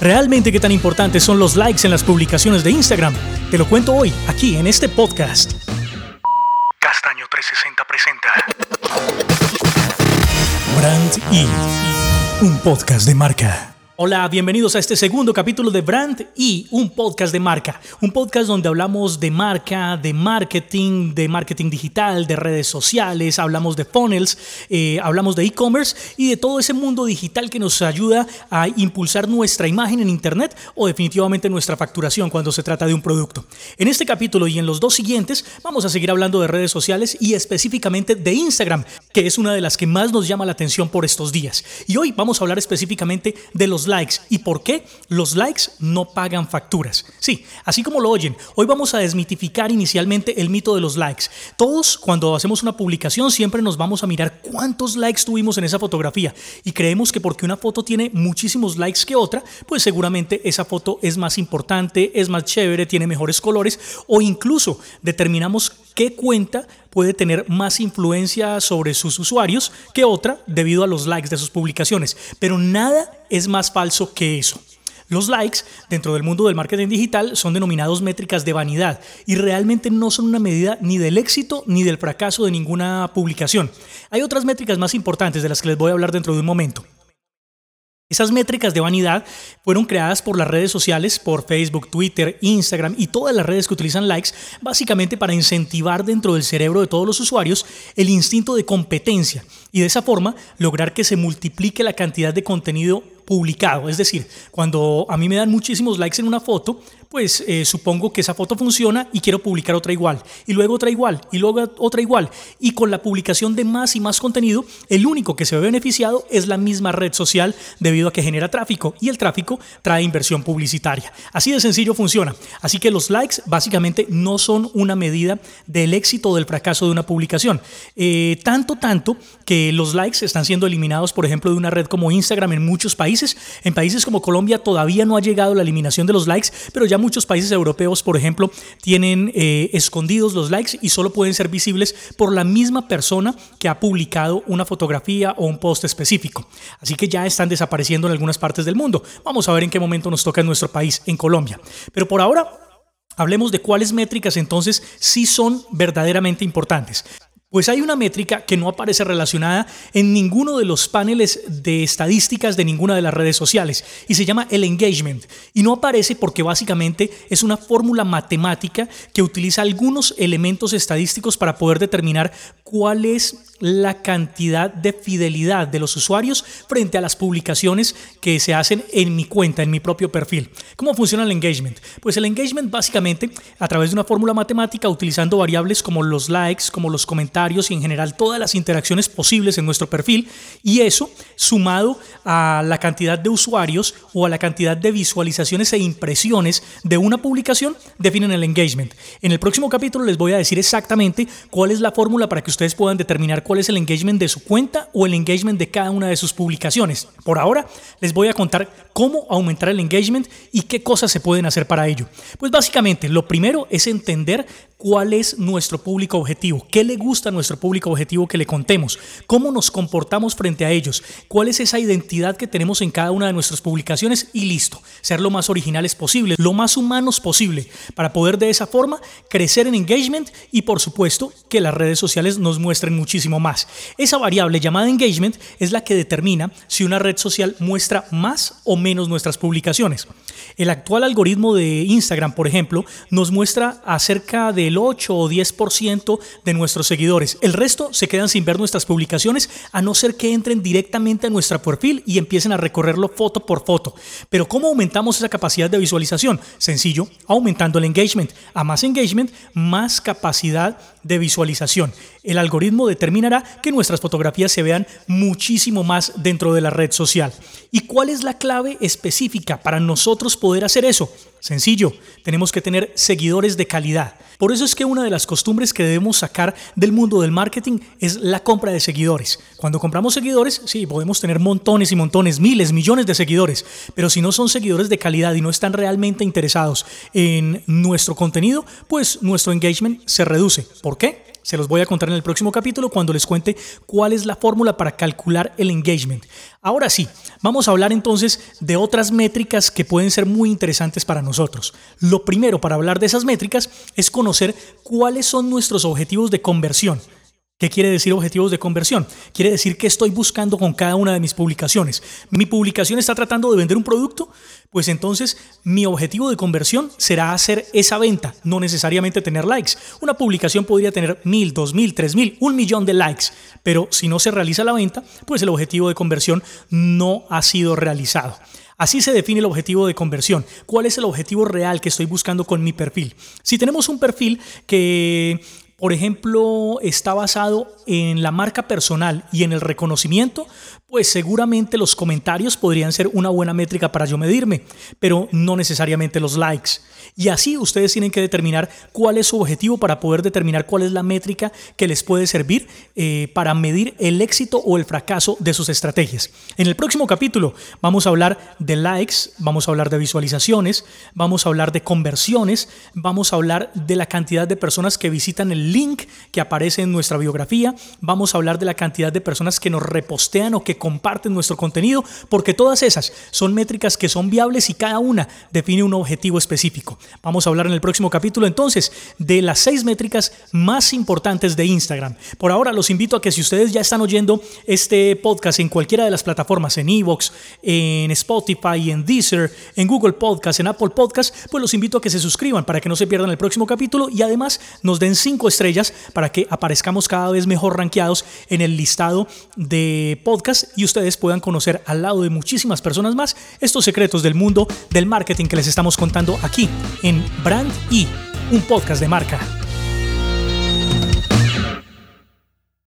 ¿Realmente qué tan importantes son los likes en las publicaciones de Instagram? Te lo cuento hoy, aquí en este podcast. Castaño 360 presenta Brand E, un podcast de marca. Hola, bienvenidos a este segundo capítulo de Brand E, un podcast de marca. Un podcast donde hablamos de marca, de marketing digital, de redes sociales, hablamos de funnels, hablamos de e-commerce y de todo ese mundo digital que nos ayuda a impulsar nuestra imagen en internet o definitivamente nuestra facturación cuando se trata de un producto. En este capítulo y en los dos siguientes vamos a seguir hablando de redes sociales y específicamente de Instagram, que es una de las que más nos llama la atención por estos días. Y hoy vamos a hablar específicamente de los likes y por qué los likes no pagan facturas. Sí, así como lo oyen, hoy vamos a desmitificar inicialmente el mito de los likes. Todos, cuando hacemos una publicación, siempre nos vamos a mirar cuántos likes tuvimos en esa fotografía y creemos que porque una foto tiene muchísimos likes que otra, pues seguramente esa foto es más importante, es más chévere, tiene mejores colores o incluso determinamos qué cuenta puede tener más influencia sobre sus usuarios que otra debido a los likes de sus publicaciones. Pero nada es más falso que eso. Los likes dentro del mundo del marketing digital son denominados métricas de vanidad y realmente no son una medida ni del éxito ni del fracaso de ninguna publicación. Hay otras métricas más importantes de las que les voy a hablar dentro de un momento. Esas métricas de vanidad fueron creadas por las redes sociales, por Facebook, Twitter, Instagram y todas las redes que utilizan likes, básicamente para incentivar dentro del cerebro de todos los usuarios el instinto de competencia y de esa forma lograr que se multiplique la cantidad de contenido publicado. Es decir, cuando a mí me dan muchísimos likes en una foto, pues supongo que esa foto funciona y quiero publicar otra igual, y luego otra igual, y luego otra igual. Y con la publicación de más y más contenido, el único que se ve beneficiado es la misma red social debido a que genera tráfico, y el tráfico trae inversión publicitaria. Así de sencillo funciona. Así que los likes básicamente no son una medida del éxito o del fracaso de una publicación. Tanto que los likes están siendo eliminados, por ejemplo, de una red como Instagram en muchos países. En países como Colombia todavía no ha llegado la eliminación de los likes, pero ya muchos países europeos, por ejemplo, tienen escondidos los likes y solo pueden ser visibles por la misma persona que ha publicado una fotografía o un post específico. Así que ya están desapareciendo en algunas partes del mundo. Vamos a ver en qué momento nos toca en nuestro país, en Colombia. Pero por ahora, hablemos de cuáles métricas entonces sí son verdaderamente importantes. Pues hay una métrica que no aparece relacionada en ninguno de los paneles de estadísticas de ninguna de las redes sociales y se llama el engagement. Y no aparece porque básicamente es una fórmula matemática que utiliza algunos elementos estadísticos para poder determinar cuál es la cantidad de fidelidad de los usuarios frente a las publicaciones que se hacen en mi cuenta, en mi propio perfil. ¿Cómo funciona el engagement? Pues el engagement básicamente a través de una fórmula matemática utilizando variables como los likes, como los comentarios y en general todas las interacciones posibles en nuestro perfil, y eso sumado a la cantidad de usuarios o a la cantidad de visualizaciones e impresiones de una publicación definen el engagement. En el próximo capítulo les voy a decir exactamente cuál es la fórmula para que ustedes puedan determinar cuál es el engagement de su cuenta o el engagement de cada una de sus publicaciones. Por ahora les voy a contar cómo aumentar el engagement y qué cosas se pueden hacer para ello. Pues básicamente lo primero es entender cuál es nuestro público objetivo, qué le gusta a nuestro público objetivo que le contemos, cómo nos comportamos frente a ellos, cuál es esa identidad que tenemos en cada una de nuestras publicaciones y listo, ser lo más originales posible, lo más humanos posible, para poder de esa forma crecer en engagement y por supuesto que las redes sociales nos muestren muchísimo más. Esa variable llamada engagement es la que determina si una red social muestra más o menos nuestras publicaciones. El actual algoritmo de Instagram, por ejemplo, nos muestra acerca del 8 o 10% de nuestros seguidores. El resto se quedan sin ver nuestras publicaciones a no ser que entren directamente a nuestro perfil y empiecen a recorrerlo foto por foto. Pero ¿cómo aumentamos esa capacidad de visualización? Sencillo, aumentando el engagement. A más engagement, más capacidad de visualización. El algoritmo determinará que nuestras fotografías se vean muchísimo más dentro de la red social. ¿Y cuál es la clave específica para nosotros poder hacer eso? Sencillo, tenemos que tener seguidores de calidad. Por eso es que una de las costumbres que debemos sacar del mundo del marketing es la compra de seguidores. Cuando compramos seguidores, sí, podemos tener montones y montones, miles, millones de seguidores, pero si no son seguidores de calidad y no están realmente interesados en nuestro contenido, pues nuestro engagement se reduce. ¿Por qué? Se los voy a contar en el próximo capítulo cuando les cuente cuál es la fórmula para calcular el engagement. Ahora sí, vamos a hablar entonces de otras métricas que pueden ser muy interesantes para nosotros. Lo primero para hablar de esas métricas es conocer cuáles son nuestros objetivos de conversión. ¿Qué quiere decir objetivos de conversión? Quiere decir que estoy buscando con cada una de mis publicaciones. ¿Mi publicación está tratando de vender un producto? Pues entonces mi objetivo de conversión será hacer esa venta, no necesariamente tener likes. Una publicación podría tener 1,000, 2,000, 3,000, 1,000,000 de likes, pero si no se realiza la venta, pues el objetivo de conversión no ha sido realizado. Así se define el objetivo de conversión. ¿Cuál es el objetivo real que estoy buscando con mi perfil? Si tenemos un perfil que, por ejemplo, está basado en la marca personal y en el reconocimiento, pues seguramente los comentarios podrían ser una buena métrica para yo medirme, pero no necesariamente los likes. Y así ustedes tienen que determinar cuál es su objetivo para poder determinar cuál es la métrica que les puede servir para medir el éxito o el fracaso de sus estrategias. En el próximo capítulo vamos a hablar de likes, vamos a hablar de visualizaciones, vamos a hablar de conversiones, vamos a hablar de la cantidad de personas que visitan el link que aparece en nuestra biografía, vamos a hablar de la cantidad de personas que nos repostean o que comparten nuestro contenido, porque todas esas son métricas que son viables y cada una define un objetivo específico. Vamos a hablar en el próximo capítulo entonces de las 6 métricas más importantes de Instagram. Por ahora los invito a que si ustedes ya están oyendo este podcast en cualquiera de las plataformas, en iVoox, en Spotify, en Deezer, en Google Podcast, en Apple Podcast, pues los invito a que se suscriban para que no se pierdan el próximo capítulo y además nos den 5 estrellas para que aparezcamos cada vez mejor rankeados en el listado de podcast y ustedes puedan conocer al lado de muchísimas personas más estos secretos del mundo del marketing que les estamos contando aquí en Brand E, un podcast de marca.